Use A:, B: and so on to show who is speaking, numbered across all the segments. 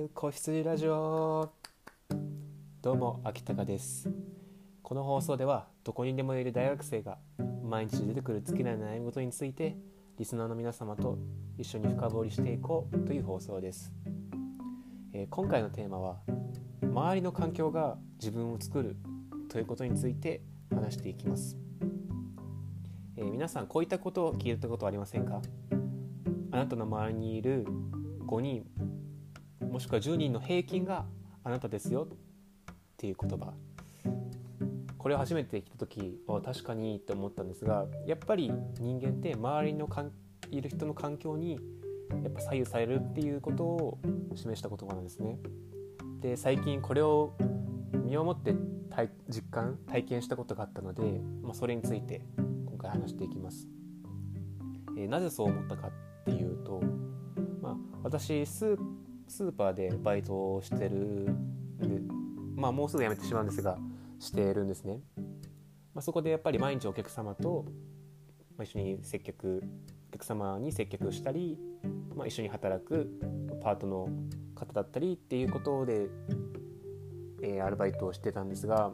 A: る子羊ラジオ。どうも秋高です。この放送ではどこにでもいる大学生が毎日出てくる尽きない悩み事についてリスナーの皆様と一緒に深掘りしていこうという放送です。今回のテーマは周りの環境が自分を作るということについて話していきます。皆さんこういったことを聞いたことはありませんか？あなたの周りにいる5人もしくは10人の平均があなたですよっていう言葉、これを初めて聞いた時確かにって思ったんですが、やっぱり人間って周りのいる人の環境にやっぱ左右されるっていうことを示した言葉なんですね。で、最近これを身をもって体験したことがあったので、それについて今回話していきます。なぜそう思ったかっていうと、私スーパーでバイトをしてるんで、もうすぐ辞めてしまうんですがしているんですね。そこでやっぱり毎日お客様と一緒にお客様に接客したり、一緒に働くパートの方だったりっていうことで、アルバイトをしてたんですが、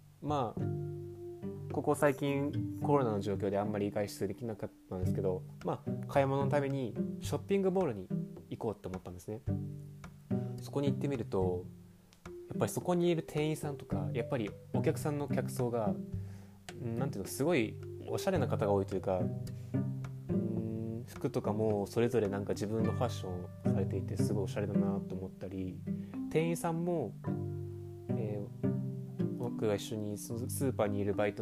A: ここ最近コロナの状況であんまり外出できなかったんですけど、買い物のためにショッピングモールに行こうと思ったんですね。そこに行ってみると、やっぱりそこにいる店員さんとか、やっぱりお客さんの客層がなんていうの、すごいおしゃれな方が多いというか、服とかもそれぞれなんか自分のファッションされていてすごいおしゃれだなと思ったり、店員さんも、僕が一緒にスーパーにいるパー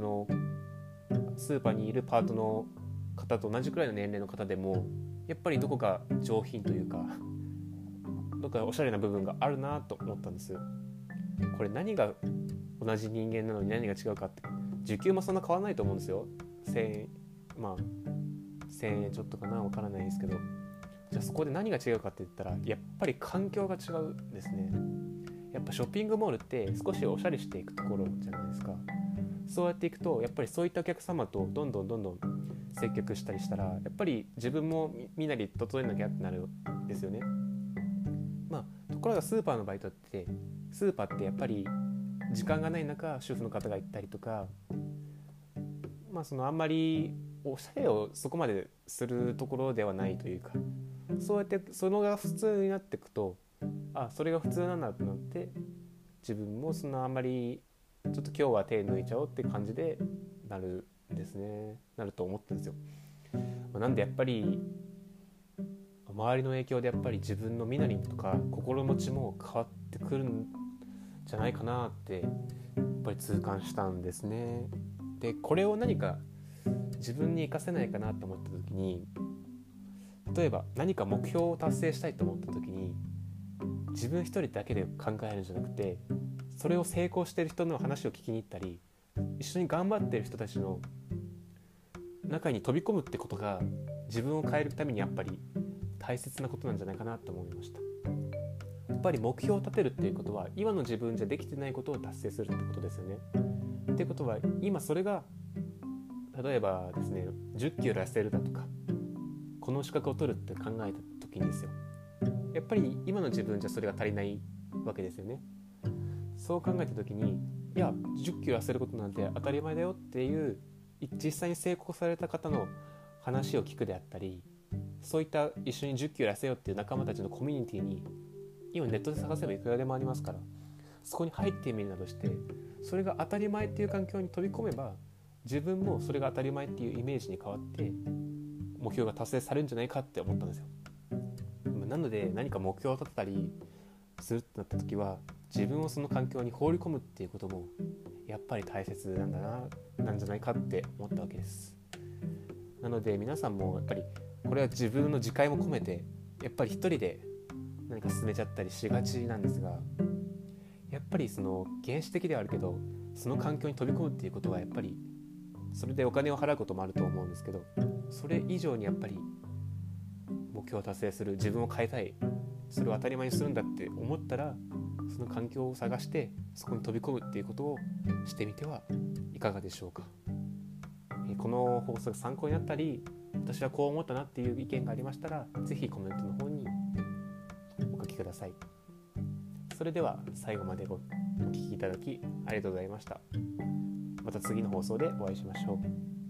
A: トの方と同じくらいの年齢の方でもやっぱりどこか上品というか、どこかおしゃれな部分があるなと思ったんです。これ何が同じ人間なのに何が違うかって、時給もそんな変わらないと思うんですよ。1000円ちょっとかな、わからないですけど、じゃあそこで何が違うかって言ったら、やっぱり環境が違うんですね。やっぱショッピングモールって少しおしゃれしていくところじゃないですか。そうやっていくとやっぱりそういったお客様とどんどん接客したりしたら、やっぱり自分もみんなに整えなきゃってなるんですよね。ところがスーパーのバイトって、スーパーってやっぱり時間がない中主婦の方が行ったりとか、あんまりおしゃれをそこまでするところではないというか、そうやってそのが普通になっていくと、それが普通なんだとなって、自分もあんまりちょっと今日は手抜いちゃおうって感じでなると思ってるんですよ。なんでやっぱり周りの影響でやっぱり自分の身なりとか心持ちも変わってくるんじゃないかなってやっぱり痛感したんですね。で、これを何か自分に活かせないかなと思った時に、例えば何か目標を達成したいと思った時に、自分一人だけで考えるんじゃなくて、それを成功している人の話を聞きに行ったり、一緒に頑張っている人たちの中に飛び込むってことが自分を変えるためにやっぱり大切なことなんじゃないかなと思いました。やっぱり目標を立てるっていうことは、今の自分じゃできてないことを達成するってことですよね。ってことは、今それが例えばですね、10キロ痩せるだとか、この資格を取るって考えた時にですよ、やっぱり今の自分じゃそれが足りないわけですよね。そう考えた時に、いや10キロ痩せることなんて当たり前だよっていう、実際に成功された方の話を聞くであったり、そういった一緒に10キロ痩せようっていう仲間たちのコミュニティに、今ネットで探せばいくらでもありますから、そこに入ってみるなどして、それが当たり前っていう環境に飛び込めば、自分もそれが当たり前っていうイメージに変わって目標が達成されるんじゃないかって思ったんですよ。なので何か目標を立てたりするってなった時は、自分をその環境に放り込むっていうこともやっぱり大切なんじゃないかって思ったわけです。なので皆さんもやっぱりこれは自分の自戒も込めて、やっぱり一人で何か進めちゃったりしがちなんですが、やっぱりその原始的ではあるけど、その環境に飛び込むっていうことはやっぱりそれでお金を払うこともあると思うんですけど、それ以上にやっぱり目標を達成する、自分を変えたい、それを当たり前にするんだって思ったら、その環境を探してそこに飛び込むっていうことをしてみてはいかがでしょうか。この放送が参考になったり、私はこう思ったなっていう意見がありましたら、ぜひコメントの方にお書きください。 それでは最後までお聞きいただきありがとうございました。また次の放送でお会いしましょう。